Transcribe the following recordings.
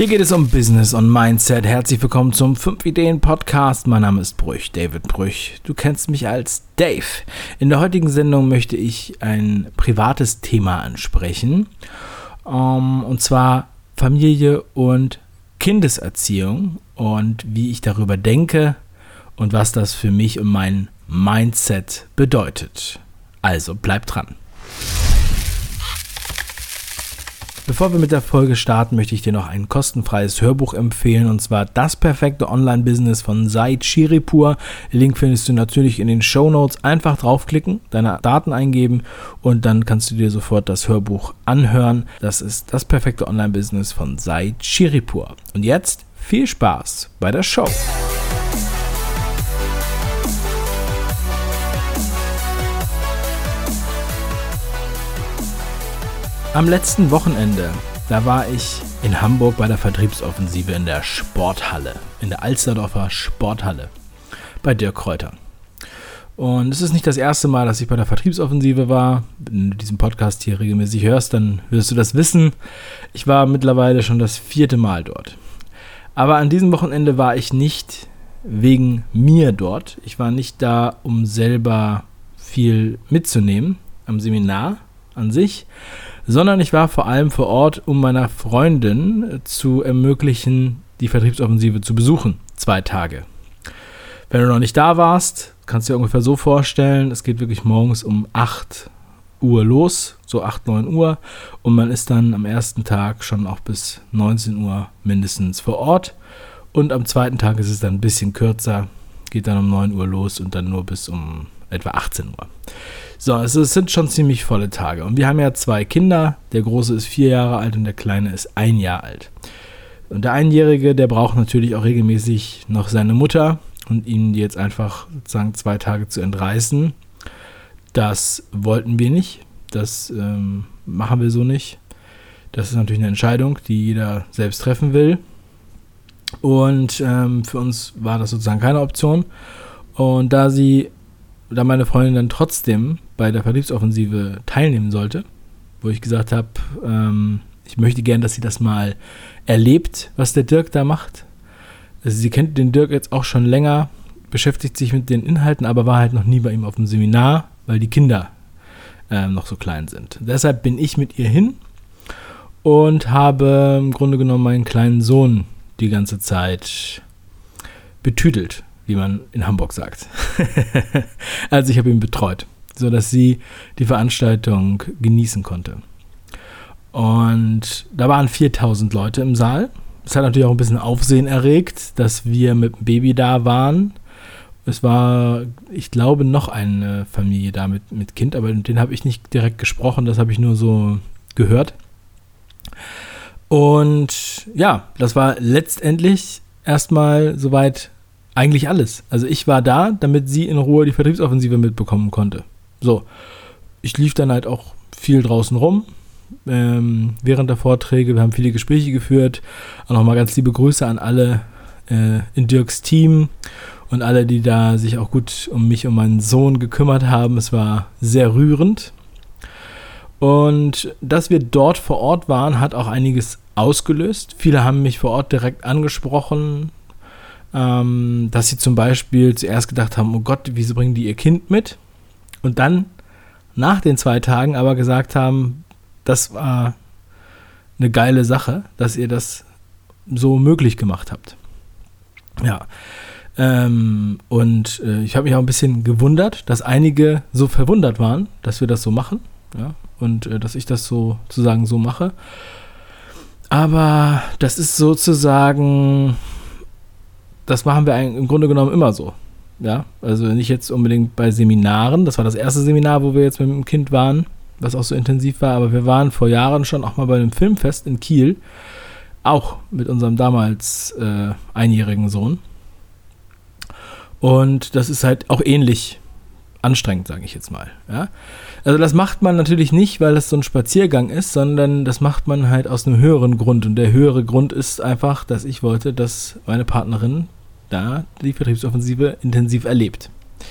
Hier geht es um Business und Mindset. Herzlich willkommen zum 5-Ideen-Podcast. Mein Name ist Brüch, David Brüch. Du kennst mich als Dave. In der heutigen Sendung möchte ich ein privates Thema ansprechen. Und zwar Familie und Kindeserziehung und wie ich darüber denke und was das für mich und mein Mindset bedeutet. Also bleib dran. Bevor wir mit der Folge starten, möchte ich dir noch ein kostenfreies Hörbuch empfehlen, und zwar Das perfekte Online-Business von Said Shiripur. Den Link findest du natürlich in den Shownotes. Einfach draufklicken, deine Daten eingeben und dann kannst du dir sofort das Hörbuch anhören. Das ist Das perfekte Online-Business von Said Shiripur. Und jetzt viel Spaß bei der Show. Am letzten Wochenende, da war ich in Hamburg bei der Vertriebsoffensive in der Sporthalle, in der Alsterdorfer Sporthalle bei Dirk Kräuter. Und es ist nicht das erste Mal, dass ich bei der Vertriebsoffensive war. Wenn du diesen Podcast hier regelmäßig hörst, dann wirst du das wissen. Ich war mittlerweile schon das 4. Mal dort. Aber an diesem Wochenende war ich nicht wegen mir dort. Ich war nicht da, um selber viel mitzunehmen am Seminar an sich, sondern ich war vor allem vor Ort, um meiner Freundin zu ermöglichen, die Vertriebsoffensive zu besuchen, 2 Tage. Wenn du noch nicht da warst, kannst du dir ungefähr so vorstellen, es geht wirklich morgens um 8 Uhr los, so 8, 9 Uhr, und man ist dann am ersten Tag schon auch bis 19 Uhr mindestens vor Ort, und am zweiten Tag ist es dann ein bisschen kürzer, geht dann um 9 Uhr los und dann nur bis um etwa 18 Uhr. So, also es sind schon ziemlich volle Tage. Und wir haben ja 2 Kinder. Der Große ist 4 Jahre alt und der Kleine ist 1 Jahr alt. Und der Einjährige, der braucht natürlich auch regelmäßig noch seine Mutter. Und ihm jetzt einfach sozusagen 2 Tage zu entreißen, das wollten wir nicht. Das machen wir so nicht. Das ist natürlich eine Entscheidung, die jeder selbst treffen will. Und für uns war das sozusagen keine Option. Und da meine Freundin dann trotzdem bei der Vertriebsoffensive teilnehmen sollte, wo ich gesagt habe, ich möchte gern, dass sie das mal erlebt, was der Dirk da macht. Also sie kennt den Dirk jetzt auch schon länger, beschäftigt sich mit den Inhalten, aber war halt noch nie bei ihm auf dem Seminar, weil die Kinder noch so klein sind. Deshalb bin ich mit ihr hin und habe im Grunde genommen meinen kleinen Sohn die ganze Zeit betüdelt, wie man in Hamburg sagt. Also ich habe ihn betreut, sodass sie die Veranstaltung genießen konnte. Und da waren 4000 Leute im Saal. Es hat natürlich auch ein bisschen Aufsehen erregt, dass wir mit dem Baby da waren. Es war, ich glaube, noch eine Familie da mit Kind, aber mit denen habe ich nicht direkt gesprochen, das habe ich nur so gehört. Und ja, das war letztendlich erstmal soweit eigentlich alles. Also ich war da, damit sie in Ruhe die Vertriebsoffensive mitbekommen konnte. So, ich lief dann halt auch viel draußen rum, während der Vorträge. Wir haben viele Gespräche geführt. Auch nochmal ganz liebe Grüße an alle in Dirks Team und alle, die da sich auch gut um mich und meinen Sohn gekümmert haben. Es war sehr rührend. Und dass wir dort vor Ort waren, hat auch einiges ausgelöst. Viele haben mich vor Ort direkt angesprochen, dass sie zum Beispiel zuerst gedacht haben, oh Gott, wieso bringen die ihr Kind mit? Und dann nach den 2 Tagen aber gesagt haben, das war eine geile Sache, dass ihr das so möglich gemacht habt. Ja, und ich habe mich auch ein bisschen gewundert, dass einige so verwundert waren, dass wir das so machen, ja, und dass ich das sozusagen so mache. Aber das ist sozusagen, das machen wir im Grunde genommen immer so. Ja, also nicht jetzt unbedingt bei Seminaren. Das war das erste Seminar, wo wir jetzt mit dem Kind waren, was auch so intensiv war. Aber wir waren vor Jahren schon auch mal bei einem Filmfest in Kiel. Auch mit unserem damals 1-jährigen Sohn. Und das ist halt auch ähnlich anstrengend, sage ich jetzt mal. Ja? Also das macht man natürlich nicht, weil das so ein Spaziergang ist, sondern das macht man halt aus einem höheren Grund. Und der höhere Grund ist einfach, dass ich wollte, dass meine Partnerin da die Vertriebsoffensive intensiv erlebt.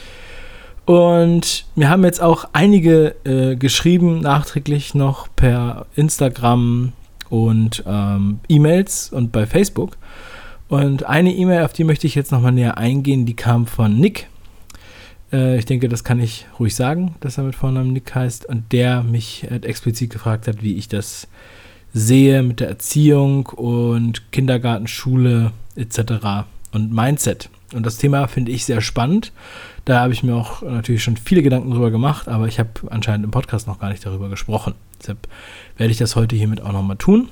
Und mir haben jetzt auch einige geschrieben, nachträglich noch per Instagram und E-Mails und bei Facebook. Und eine E-Mail, auf die möchte ich jetzt nochmal näher eingehen, die kam von Nick. Ich denke, das kann ich ruhig sagen, dass er mit Vornamen Nick heißt. Und der mich explizit gefragt hat, wie ich das sehe mit der Erziehung und Kindergarten, Schule etc. und Mindset. Und das Thema finde ich sehr spannend. Da habe ich mir auch natürlich schon viele Gedanken drüber gemacht, aber ich habe anscheinend im Podcast noch gar nicht darüber gesprochen. Deshalb werde ich das heute hiermit auch nochmal tun.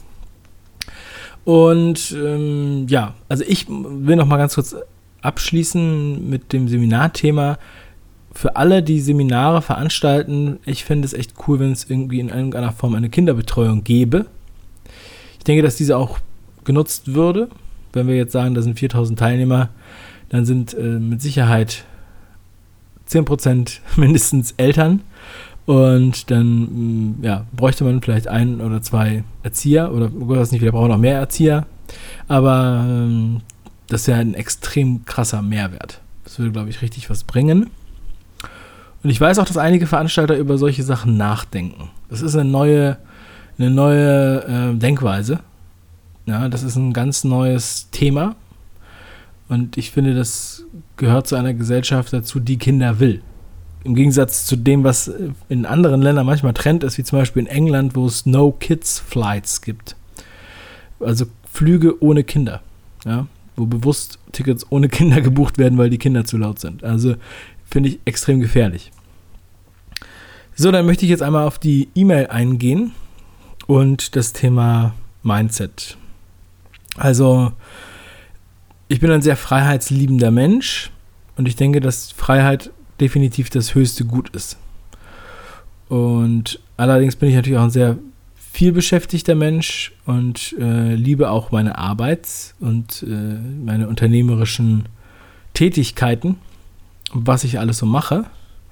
Und also ich will noch mal ganz kurz abschließen mit dem Seminarthema. Für alle, die Seminare veranstalten, ich finde es echt cool, wenn es irgendwie in irgendeiner Form eine Kinderbetreuung gäbe. Ich denke, dass diese auch genutzt würde. Wenn wir jetzt sagen, da sind 4.000 Teilnehmer, dann sind mit Sicherheit 10% mindestens Eltern. Und dann bräuchte man vielleicht 1 oder 2 Erzieher oder was nicht, wir brauchen noch mehr Erzieher. Aber das wäre ein extrem krasser Mehrwert. Das würde, glaube ich, richtig was bringen. Und ich weiß auch, dass einige Veranstalter über solche Sachen nachdenken. Das ist eine neue Denkweise. Ja, das ist ein ganz neues Thema. Und ich finde, das gehört zu einer Gesellschaft dazu, die Kinder will. Im Gegensatz zu dem, was in anderen Ländern manchmal Trend ist, wie zum Beispiel in England, wo es No-Kids-Flights gibt. Also Flüge ohne Kinder. Ja, wo bewusst Tickets ohne Kinder gebucht werden, weil die Kinder zu laut sind. Also finde ich extrem gefährlich. So, dann möchte ich jetzt einmal auf die E-Mail eingehen und das Thema Mindset. Also, ich bin ein sehr freiheitsliebender Mensch und ich denke, dass Freiheit definitiv das höchste Gut ist. Und allerdings bin ich natürlich auch ein sehr viel beschäftigter Mensch und liebe auch meine Arbeit und meine unternehmerischen Tätigkeiten, was ich alles so mache,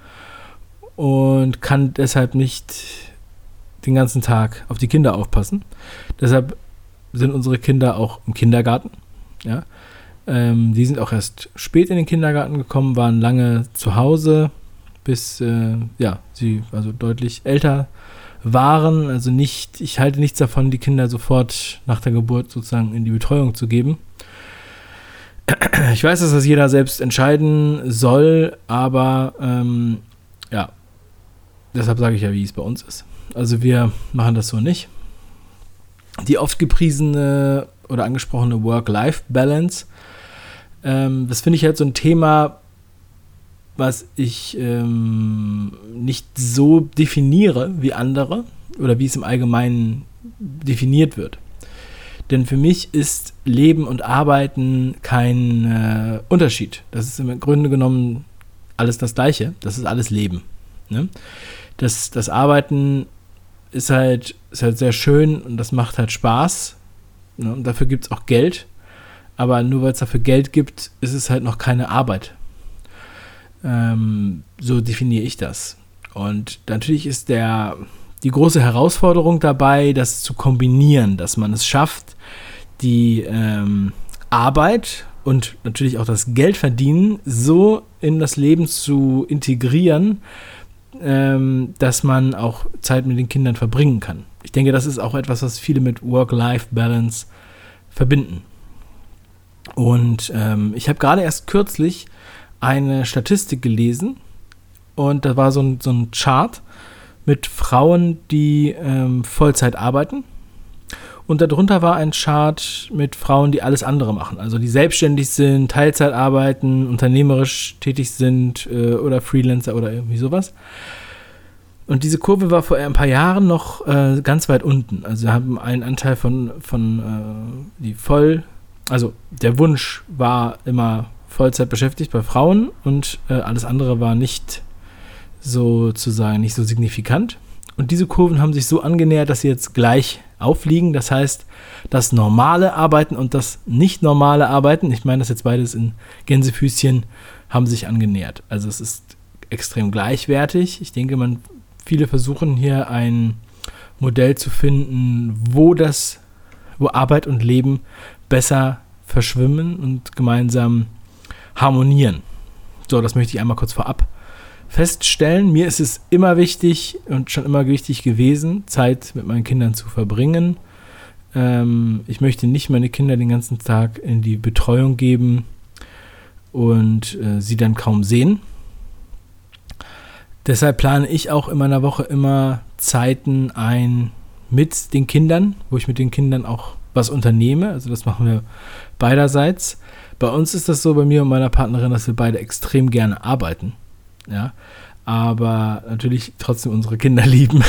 und kann deshalb nicht den ganzen Tag auf die Kinder aufpassen. Deshalb sind unsere Kinder auch im Kindergarten. Ja? Die sind auch erst spät in den Kindergarten gekommen, waren lange zu Hause, bis sie also deutlich älter waren. Also ich halte nichts davon, die Kinder sofort nach der Geburt sozusagen in die Betreuung zu geben. Ich weiß, dass das jeder selbst entscheiden soll, aber deshalb sage ich ja, wie es bei uns ist. Also wir machen das so nicht. Die oft gepriesene oder angesprochene Work-Life-Balance, das finde ich halt so ein Thema, was ich nicht so definiere wie andere oder wie es im Allgemeinen definiert wird. Denn für mich ist Leben und Arbeiten kein Unterschied. Das ist im Grunde genommen alles das Gleiche. Das ist alles Leben. Ne? Das Arbeiten ist halt sehr schön und das macht halt Spaß. Ne? Und dafür gibt es auch Geld. Aber nur weil es dafür Geld gibt, ist es halt noch keine Arbeit. So definiere ich das. Und natürlich ist die große Herausforderung dabei, das zu kombinieren, dass man es schafft, die Arbeit und natürlich auch das Geldverdienen so in das Leben zu integrieren, dass man auch Zeit mit den Kindern verbringen kann. Ich denke, das ist auch etwas, was viele mit Work-Life-Balance verbinden. Und ich habe gerade erst kürzlich eine Statistik gelesen und da war so ein Chart mit Frauen, die Vollzeit arbeiten, und darunter war ein Chart mit Frauen, die alles andere machen, also die selbstständig sind, Teilzeit arbeiten, unternehmerisch tätig sind oder Freelancer oder irgendwie sowas. Und diese Kurve war vor ein paar Jahren noch ganz weit unten. Also wir haben einen Anteil also der Wunsch war immer Vollzeit beschäftigt bei Frauen und alles andere war nicht so signifikant. Und diese Kurven haben sich so angenähert, dass sie jetzt gleich aufliegen. Das heißt, das normale Arbeiten und das nicht normale Arbeiten, ich meine das jetzt beides in Gänsefüßchen, haben sich angenähert. Also es ist extrem gleichwertig. Ich denke, viele versuchen hier ein Modell zu finden, wo Arbeit und Leben besser verschwimmen und gemeinsam harmonieren. So, das möchte ich einmal kurz vorab feststellen. Mir ist es immer wichtig und schon immer wichtig gewesen, Zeit mit meinen Kindern zu verbringen. Ich möchte nicht meine Kinder den ganzen Tag in die Betreuung geben und sie dann kaum sehen. Deshalb plane ich auch in meiner Woche immer Zeiten ein mit den Kindern, wo ich mit den Kindern auch was unternehme. Also das machen wir beiderseits. Bei uns ist das so, bei mir und meiner Partnerin, dass wir beide extrem gerne arbeiten. Ja, aber natürlich trotzdem unsere Kinder lieben.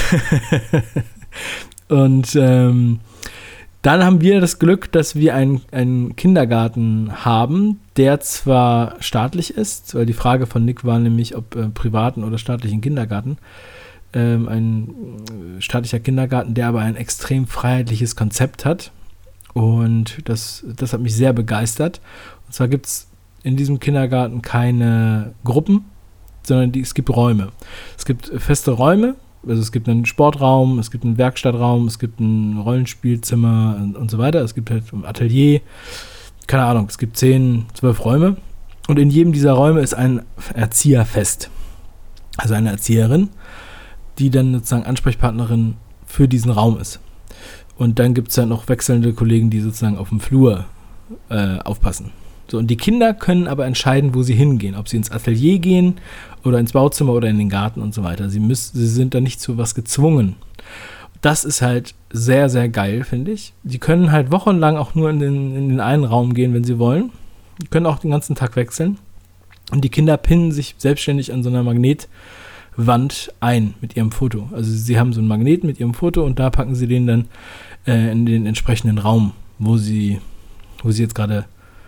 Und dann haben wir das Glück, dass wir einen Kindergarten haben, der zwar staatlich ist, weil die Frage von Nick war nämlich, ob privaten oder staatlichen Kindergarten, ein staatlicher Kindergarten, der aber ein extrem freiheitliches Konzept hat. Und das hat mich sehr begeistert. Und zwar gibt es in diesem Kindergarten keine Gruppen, sondern es gibt Räume. Es gibt feste Räume. Also es gibt einen Sportraum, es gibt einen Werkstattraum, es gibt ein Rollenspielzimmer und so weiter. Es gibt halt ein Atelier, keine Ahnung, es gibt 10, 12 Räume. Und in jedem dieser Räume ist ein Erzieher fest. Also eine Erzieherin, die dann sozusagen Ansprechpartnerin für diesen Raum ist. Und dann gibt es dann noch wechselnde Kollegen, die sozusagen auf dem Flur aufpassen. So, und die Kinder können aber entscheiden, wo sie hingehen. Ob sie ins Atelier gehen oder ins Bauzimmer oder in den Garten und so weiter. Sie sind da nicht zu was gezwungen. Das ist halt sehr, sehr geil, finde ich. Die können halt wochenlang auch nur in den einen Raum gehen, wenn sie wollen. Die können auch den ganzen Tag wechseln. Und die Kinder pinnen sich selbstständig an so einer Magnetwand ein mit ihrem Foto. Also sie haben so einen Magnet mit ihrem Foto und da packen sie den dann in den entsprechenden Raum, wo sie jetzt gerade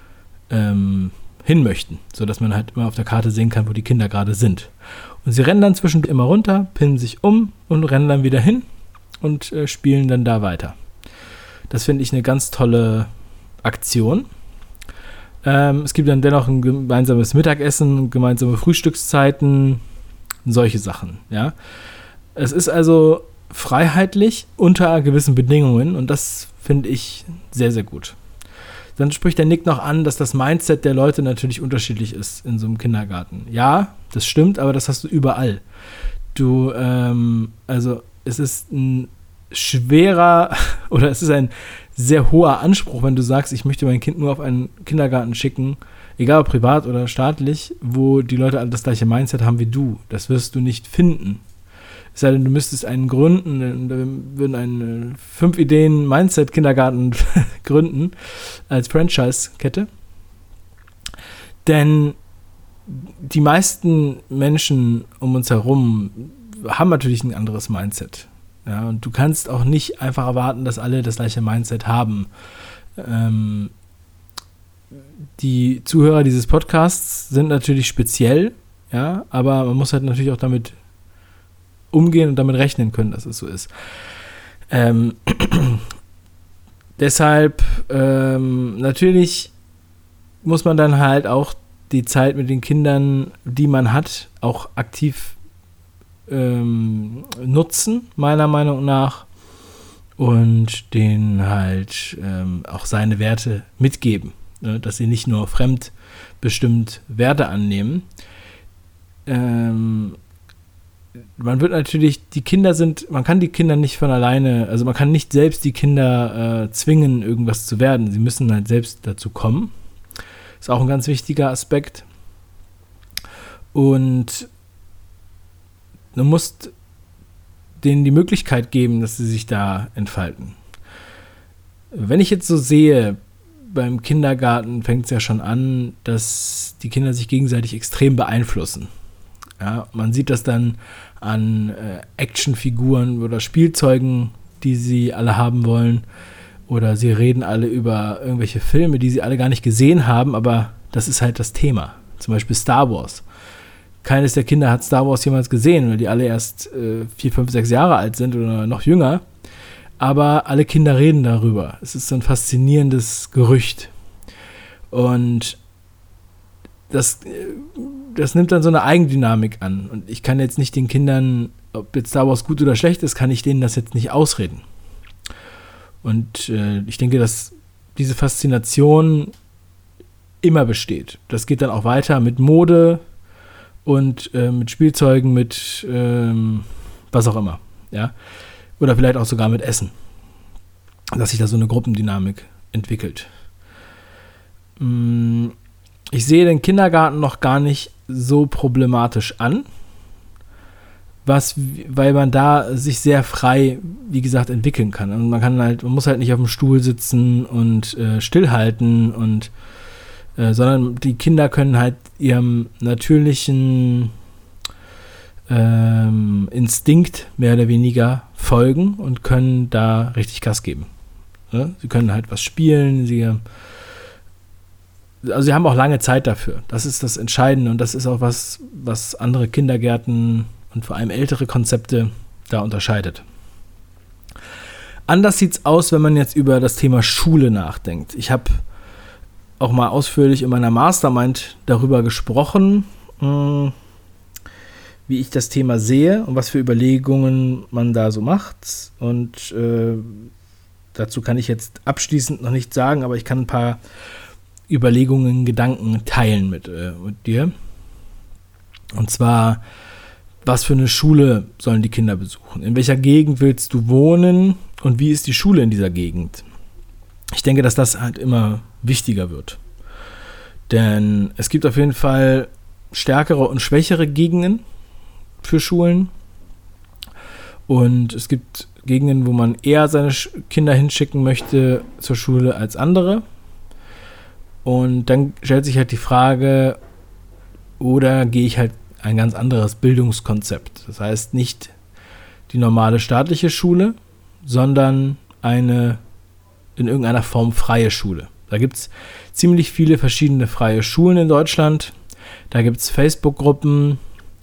hin möchten, sodass man halt immer auf der Karte sehen kann, wo die Kinder gerade sind. Und sie rennen dann zwischendurch immer runter, pinnen sich um und rennen dann wieder hin und spielen dann da weiter. Das finde ich eine ganz tolle Aktion. Es gibt dann dennoch ein gemeinsames Mittagessen, gemeinsame Frühstückszeiten, solche Sachen. Ja. Es ist also freiheitlich unter gewissen Bedingungen und das finde ich sehr, sehr gut. Dann spricht der Nick noch an, dass das Mindset der Leute natürlich unterschiedlich ist in so einem Kindergarten. Ja, das stimmt, aber das hast du überall. Also es ist ein schwerer oder es ist ein sehr hoher Anspruch, wenn du sagst, ich möchte mein Kind nur auf einen Kindergarten schicken, egal ob privat oder staatlich, wo die Leute alle das gleiche Mindset haben wie du. Das wirst du nicht finden. Es sei denn, du müsstest einen gründen, wir würden einen 5-Ideen-Mindset-Kindergarten gründen als Franchise-Kette. Denn die meisten Menschen um uns herum haben natürlich ein anderes Mindset. Ja, und du kannst auch nicht einfach erwarten, dass alle das gleiche Mindset haben. Die Zuhörer dieses Podcasts sind natürlich speziell, ja, aber man muss halt natürlich auch damit umgehen und damit rechnen können, dass es so ist. Deshalb natürlich muss man dann halt auch die Zeit mit den Kindern, die man hat, auch aktiv nutzen, meiner Meinung nach, und denen halt auch seine Werte mitgeben, ne? Dass sie nicht nur fremdbestimmt Werte annehmen. Man wird natürlich, man kann die Kinder nicht von alleine, also man kann nicht selbst die Kinder zwingen, irgendwas zu werden. Sie müssen halt selbst dazu kommen. Ist auch ein ganz wichtiger Aspekt. Und du musst denen die Möglichkeit geben, dass sie sich da entfalten. Wenn ich jetzt so sehe, beim Kindergarten fängt es ja schon an, dass die Kinder sich gegenseitig extrem beeinflussen. Ja, man sieht das dann an Actionfiguren oder Spielzeugen, die sie alle haben wollen. Oder sie reden alle über irgendwelche Filme, die sie alle gar nicht gesehen haben, aber das ist halt das Thema. Zum Beispiel Star Wars. Keines der Kinder hat Star Wars jemals gesehen, weil die alle erst 4, 5, 6 Jahre alt sind oder noch jünger. Aber alle Kinder reden darüber. Es ist so ein faszinierendes Gerücht. Und das nimmt dann so eine Eigendynamik an. Und ich kann jetzt nicht den Kindern, ob jetzt Star Wars gut oder schlecht ist, kann ich denen das jetzt nicht ausreden. Und ich denke, dass diese Faszination immer besteht. Das geht dann auch weiter mit Mode und mit Spielzeugen, mit was auch immer. Ja? Oder vielleicht auch sogar mit Essen. dass sich da so eine Gruppendynamik entwickelt. Ich sehe den Kindergarten noch gar nicht so problematisch an, weil man da sich sehr frei, wie gesagt, entwickeln kann. Und man muss halt nicht auf dem Stuhl sitzen und stillhalten und sondern die Kinder können halt ihrem natürlichen Instinkt mehr oder weniger folgen und können da richtig Gas geben. Ja? Sie können halt was spielen, sie haben auch lange Zeit dafür. Das ist das Entscheidende und das ist auch was andere Kindergärten und vor allem ältere Konzepte da unterscheidet. Anders sieht es aus, wenn man jetzt über das Thema Schule nachdenkt. Ich habe auch mal ausführlich in meiner Mastermind darüber gesprochen, wie ich das Thema sehe und was für Überlegungen man da so macht. Und dazu kann ich jetzt abschließend noch nichts sagen, aber ich kann ein paar Überlegungen, Gedanken teilen mit dir. Und zwar, was für eine Schule sollen die Kinder besuchen? In welcher Gegend willst du wohnen und wie ist die Schule in dieser Gegend? Ich denke, dass das halt immer wichtiger wird. Denn es gibt auf jeden Fall stärkere und schwächere Gegenden für Schulen. Und es gibt Gegenden, wo man eher seine Kinder hinschicken möchte zur Schule als andere. Und dann stellt sich halt die Frage, oder gehe ich halt ein ganz anderes Bildungskonzept. Das heißt nicht die normale staatliche Schule, sondern eine in irgendeiner Form freie Schule. Da gibt es ziemlich viele verschiedene freie Schulen in Deutschland. Da gibt es Facebook-Gruppen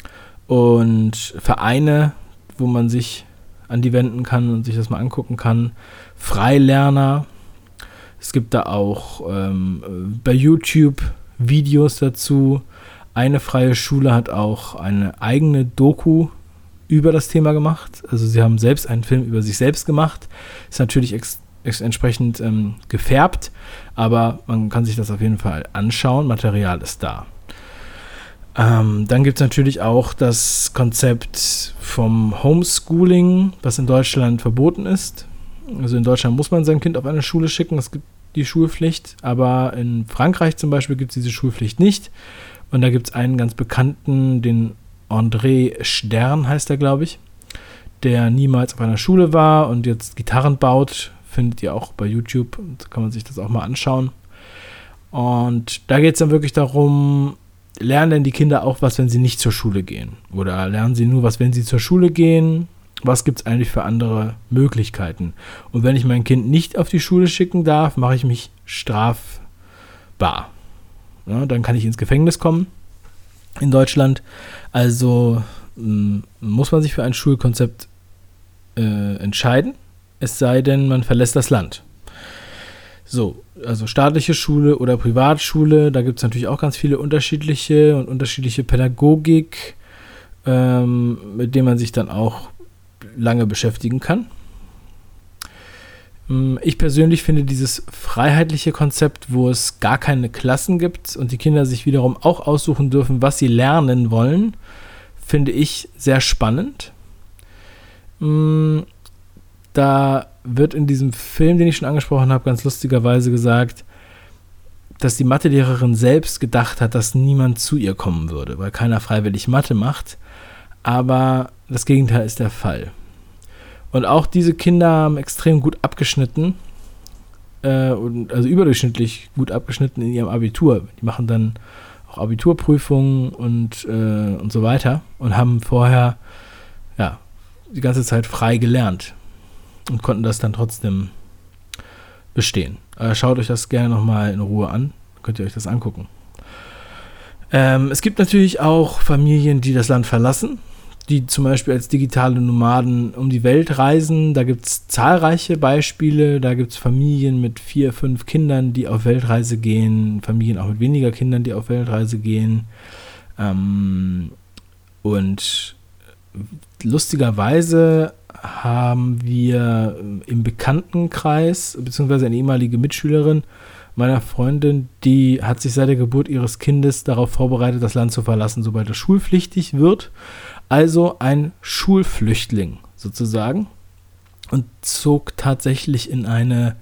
und Vereine, wo man sich an die wenden kann und sich das mal angucken kann. Freilerner. Es gibt da auch bei YouTube Videos dazu. Eine freie Schule hat auch eine eigene Doku über das Thema gemacht. Also sie haben selbst einen Film über sich selbst gemacht. Ist natürlich entsprechend gefärbt, aber man kann sich das auf jeden Fall anschauen. Material ist da. Dann gibt es natürlich auch das Konzept vom Homeschooling, was in Deutschland verboten ist. Also in Deutschland muss man sein Kind auf eine Schule schicken. Es gibt die Schulpflicht, aber in Frankreich zum Beispiel gibt es diese Schulpflicht nicht. Und da gibt es einen ganz bekannten, den André Stern heißt er, glaube ich, der niemals auf einer Schule war und jetzt Gitarren baut. Findet ihr auch bei YouTube und kann man sich das auch mal anschauen. Und da geht es dann wirklich darum, lernen denn die Kinder auch was, wenn sie nicht zur Schule gehen? Oder lernen sie nur was, wenn sie zur Schule gehen? Was gibt es eigentlich für andere Möglichkeiten? Und wenn ich mein Kind nicht auf die Schule schicken darf, mache ich mich strafbar. Ja, dann kann ich ins Gefängnis kommen in Deutschland. Also muss man sich für ein Schulkonzept entscheiden, es sei denn, man verlässt das Land. So, also staatliche Schule oder Privatschule, da gibt es natürlich auch ganz viele unterschiedliche Pädagogik, mit denen man sich dann auch lange beschäftigen kann. Ich persönlich finde dieses freiheitliche Konzept, wo es gar keine Klassen gibt und die Kinder sich wiederum auch aussuchen dürfen, was sie lernen wollen, finde ich sehr spannend. Da wird in diesem Film, den ich schon angesprochen habe, ganz lustigerweise gesagt, dass die Mathelehrerin selbst gedacht hat, dass niemand zu ihr kommen würde, weil keiner freiwillig Mathe macht. Aber das Gegenteil ist der Fall. Und auch diese Kinder haben extrem gut abgeschnitten, also überdurchschnittlich gut abgeschnitten in ihrem Abitur. Die machen dann auch Abiturprüfungen und so weiter und haben vorher die ganze Zeit frei gelernt und konnten das dann trotzdem bestehen. Schaut euch das gerne nochmal in Ruhe an, könnt ihr euch das angucken. Es gibt natürlich auch Familien, die das Land verlassen, die zum Beispiel als digitale Nomaden um die Welt reisen. Da gibt es zahlreiche Beispiele. Da gibt es Familien mit 4, 5 Kindern, die auf Weltreise gehen. Familien auch mit weniger Kindern, die auf Weltreise gehen. Und lustigerweise haben wir im Bekanntenkreis, beziehungsweise eine ehemalige Mitschülerin meiner Freundin, die hat sich seit der Geburt ihres Kindes darauf vorbereitet, das Land zu verlassen, sobald es schulpflichtig wird. Also ein Schulflüchtling sozusagen. und zog tatsächlich in eine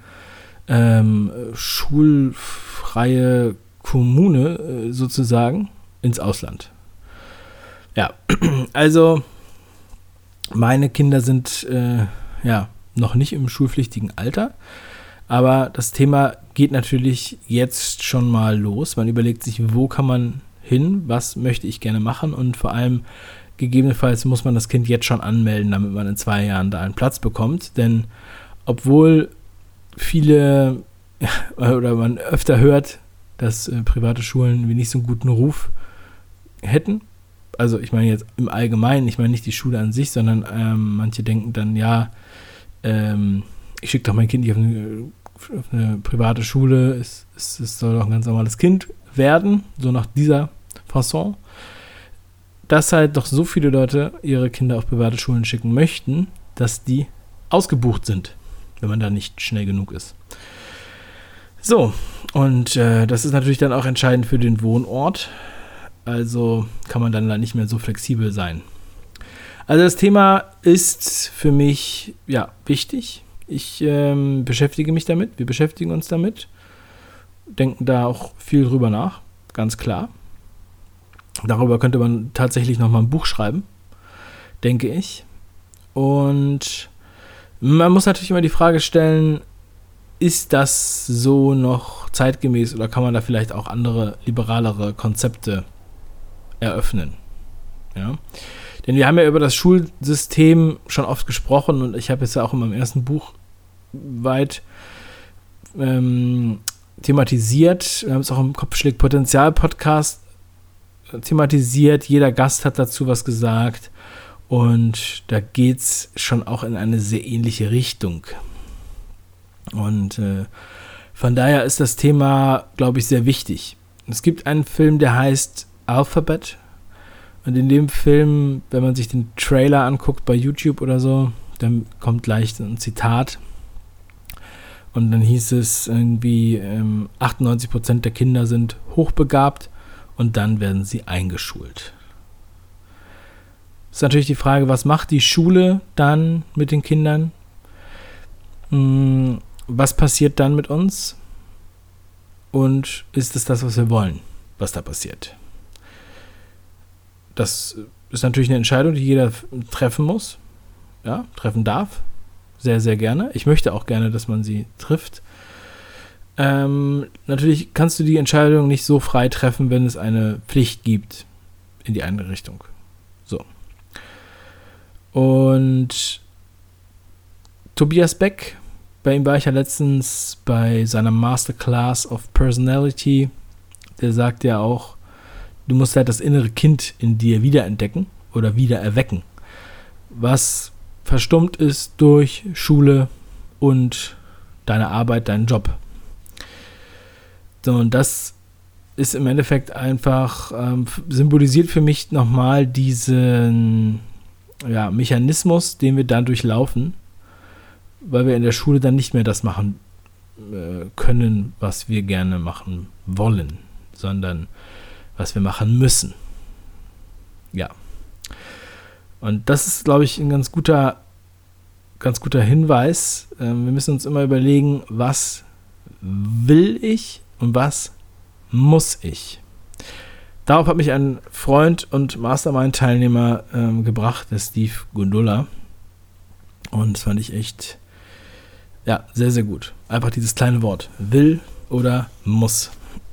schulfreie Kommune sozusagen ins Ausland. Ja, also meine Kinder sind noch nicht im schulpflichtigen Alter, aber das Thema geht natürlich jetzt schon mal los. Man überlegt sich, wo kann man hin, was möchte ich gerne machen und vor allem gegebenenfalls muss man das Kind jetzt schon anmelden, damit man in 2 Jahren da einen Platz bekommt, denn obwohl viele oder man öfter hört, dass private Schulen nicht so einen guten Ruf hätten, also ich meine jetzt im Allgemeinen, ich meine nicht die Schule an sich, sondern manche denken dann, ich schicke doch mein Kind nicht auf eine private Schule, es soll doch ein ganz normales Kind werden, so nach dieser Fasson, dass halt doch so viele Leute ihre Kinder auf private Schulen schicken möchten, dass die ausgebucht sind, wenn man da nicht schnell genug ist. So, und das ist natürlich dann auch entscheidend für den Wohnort, also kann man dann da nicht mehr so flexibel sein. Also das Thema ist für mich, wichtig. Ich beschäftige mich damit, wir beschäftigen uns damit, denken da auch viel drüber nach, ganz klar. Darüber könnte man tatsächlich nochmal ein Buch schreiben, denke ich. Und man muss natürlich immer die Frage stellen, ist das so noch zeitgemäß oder kann man da vielleicht auch andere, liberalere Konzepte eröffnen? Ja. Denn wir haben ja über das Schulsystem schon oft gesprochen und ich habe es ja auch in meinem ersten Buch weit thematisiert. Wir haben es auch im Kopfschläg-Potenzial-Podcast thematisiert. Jeder Gast hat dazu was gesagt und da geht es schon auch in eine sehr ähnliche Richtung. Und von daher ist das Thema, glaube ich, sehr wichtig. Es gibt einen Film, der heißt Alphabet. Und in dem Film, wenn man sich den Trailer anguckt bei YouTube oder so, dann kommt gleich ein Zitat. Und dann hieß es irgendwie, 98% der Kinder sind hochbegabt und dann werden sie eingeschult. Ist natürlich die Frage, was macht die Schule dann mit den Kindern? Was passiert dann mit uns? Und ist es das, was wir wollen, was da passiert? Das ist natürlich eine Entscheidung, die jeder treffen muss, treffen darf. Sehr, sehr gerne. Ich möchte auch gerne, dass man sie trifft. Natürlich kannst du die Entscheidung nicht so frei treffen, wenn es eine Pflicht gibt in die eine Richtung. So. Und Tobias Beck, bei ihm war ich ja letztens bei seiner Masterclass of Personality, der sagt ja auch, du musst halt das innere Kind in dir wiederentdecken oder wieder erwecken, was verstummt ist durch Schule und deine Arbeit, deinen Job. So, und das ist im Endeffekt einfach, symbolisiert für mich nochmal diesen Mechanismus, den wir dann durchlaufen, weil wir in der Schule dann nicht mehr das machen können, was wir gerne machen wollen, sondern was wir machen müssen. Ja. Und das ist, glaube ich, ein ganz guter Hinweis. Wir müssen uns immer überlegen, was will ich und was muss ich. Darauf hat mich ein Freund und Mastermind-Teilnehmer gebracht, der Steve Gundula. Und das fand ich echt, sehr, sehr gut. Einfach dieses kleine Wort. Will oder muss.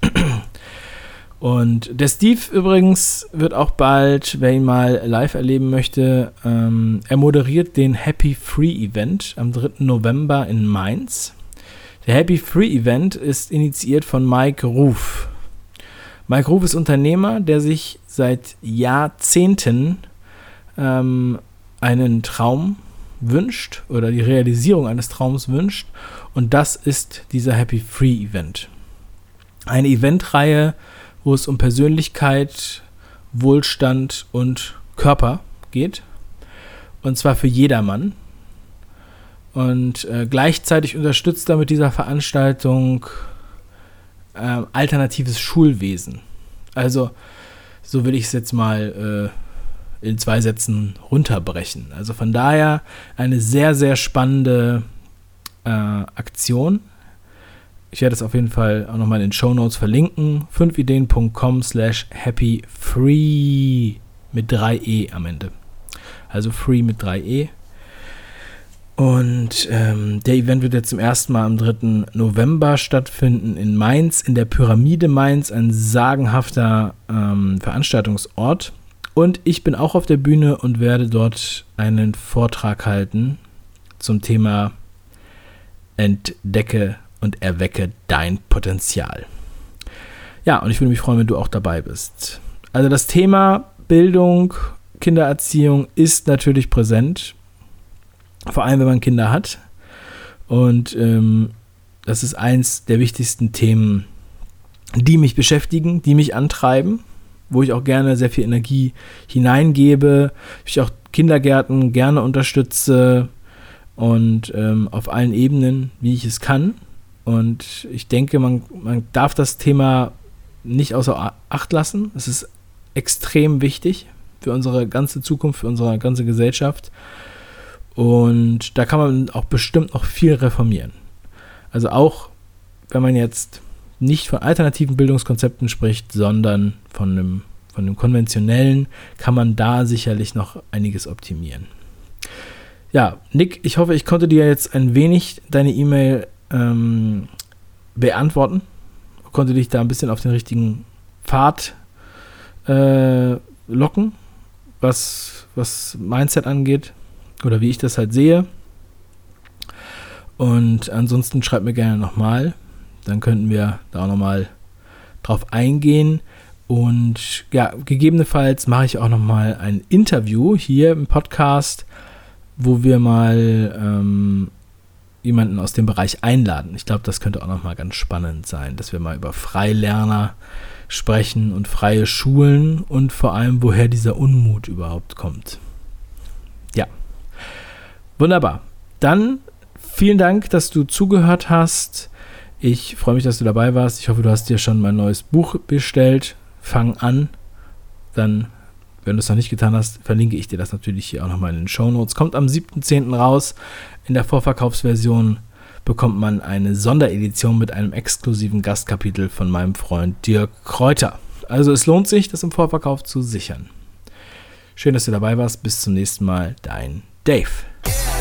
Und der Steve übrigens wird auch bald, wer ihn mal live erleben möchte, er moderiert den Happy Free Event am 3. November in Mainz. Der Happy Free Event ist initiiert von Mike Ruf. Mike Ruf ist Unternehmer, der sich seit Jahrzehnten einen Traum wünscht oder die Realisierung eines Traums wünscht. Und das ist dieser Happy Free Event. Eine Eventreihe, wo es um Persönlichkeit, Wohlstand und Körper geht. Und zwar für jedermann. Und gleichzeitig unterstützt er mit dieser Veranstaltung alternatives Schulwesen. Also, so will ich es jetzt mal in 2 Sätzen runterbrechen. Also von daher eine sehr, sehr spannende Aktion. Ich werde es auf jeden Fall auch nochmal in den Shownotes verlinken. 5ideen.com/happyfree mit 3e am Ende. Also free mit 3e. Und der Event wird jetzt zum ersten Mal am 3. November stattfinden in Mainz, in der Pyramide Mainz, ein sagenhafter Veranstaltungsort. Und ich bin auch auf der Bühne und werde dort einen Vortrag halten zum Thema Entdecke und erwecke dein Potenzial. Ja, und ich würde mich freuen, wenn du auch dabei bist. Also das Thema Bildung, Kindererziehung ist natürlich präsent, vor allem wenn man Kinder hat. Und das ist eins der wichtigsten Themen, die mich beschäftigen, die mich antreiben, wo ich auch gerne sehr viel Energie hineingebe, ich auch Kindergärten gerne unterstütze und auf allen Ebenen, wie ich es kann. Und ich denke, man darf das Thema nicht außer Acht lassen. Es ist extrem wichtig für unsere ganze Zukunft, für unsere ganze Gesellschaft. Und da kann man auch bestimmt noch viel reformieren. Also auch, wenn man jetzt nicht von alternativen Bildungskonzepten spricht, sondern von dem konventionellen, kann man da sicherlich noch einiges optimieren. Ja, Nick, ich hoffe, ich konnte dir jetzt ein wenig deine E-Mail beantworten. Konnte dich da ein bisschen auf den richtigen Pfad locken, was Mindset angeht oder wie ich das halt sehe. Und ansonsten schreib mir gerne nochmal, dann könnten wir da auch nochmal drauf eingehen. Und ja, gegebenenfalls mache ich auch nochmal ein Interview hier im Podcast, wo wir mal jemanden aus dem Bereich einladen. Ich glaube, das könnte auch nochmal ganz spannend sein, dass wir mal über Freilerner sprechen und freie Schulen und vor allem, woher dieser Unmut überhaupt kommt. Ja, wunderbar. Dann vielen Dank, dass du zugehört hast. Ich freue mich, dass du dabei warst. Ich hoffe, du hast dir schon mein neues Buch bestellt. Fang an. Dann, wenn du es noch nicht getan hast, verlinke ich dir das natürlich hier auch nochmal in den Shownotes. Kommt am 7.10. raus. In der Vorverkaufsversion bekommt man eine Sonderedition mit einem exklusiven Gastkapitel von meinem Freund Dirk Kräuter. Also es lohnt sich, das im Vorverkauf zu sichern. Schön, dass du dabei warst. Bis zum nächsten Mal. Dein Dave.